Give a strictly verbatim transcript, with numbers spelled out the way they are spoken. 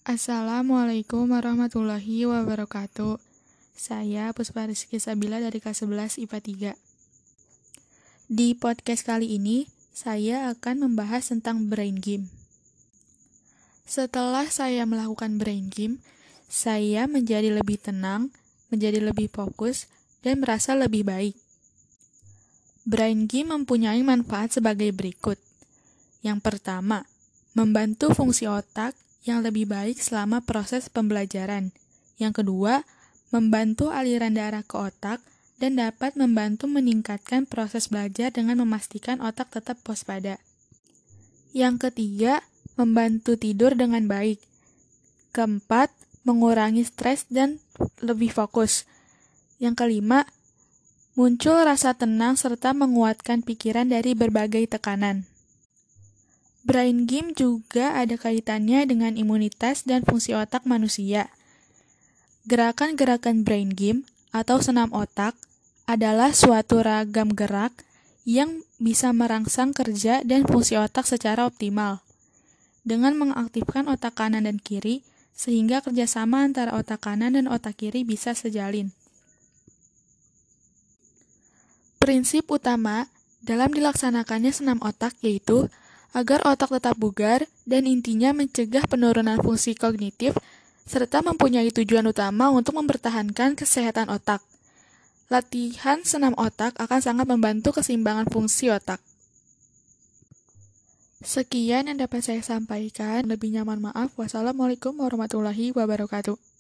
Assalamualaikum warahmatullahi wabarakatuh. Saya Puspa Rizky Sabila dari kelas sebelas I P A tiga. Di podcast kali ini, saya akan membahas tentang brain game. Setelah saya melakukan brain game, saya menjadi lebih tenang, menjadi lebih fokus, dan merasa lebih baik. Brain game mempunyai manfaat sebagai berikut. Yang pertama, membantu fungsi otak yang lebih baik selama proses pembelajaran. Yang kedua, membantu aliran darah ke otak dan dapat membantu meningkatkan proses belajar dengan memastikan otak tetap waspada. Yang ketiga, membantu tidur dengan baik. Keempat, mengurangi stres dan lebih fokus. Yang kelima, muncul rasa tenang serta menguatkan pikiran dari berbagai tekanan. Brain game juga ada kaitannya dengan imunitas dan fungsi otak manusia. Gerakan-gerakan brain game atau senam otak adalah suatu ragam gerak yang bisa merangsang kerja dan fungsi otak secara optimal. Dengan mengaktifkan otak kanan dan kiri, sehingga kerjasama antara otak kanan dan otak kiri bisa sejalin. Prinsip utama dalam dilaksanakannya senam otak yaitu agar otak tetap bugar dan intinya mencegah penurunan fungsi kognitif serta mempunyai tujuan utama untuk mempertahankan kesehatan otak. Latihan senam otak akan sangat membantu keseimbangan fungsi otak. Sekian yang dapat saya sampaikan. Lebihnya mohon maaf. Wassalamualaikum warahmatullahi wabarakatuh.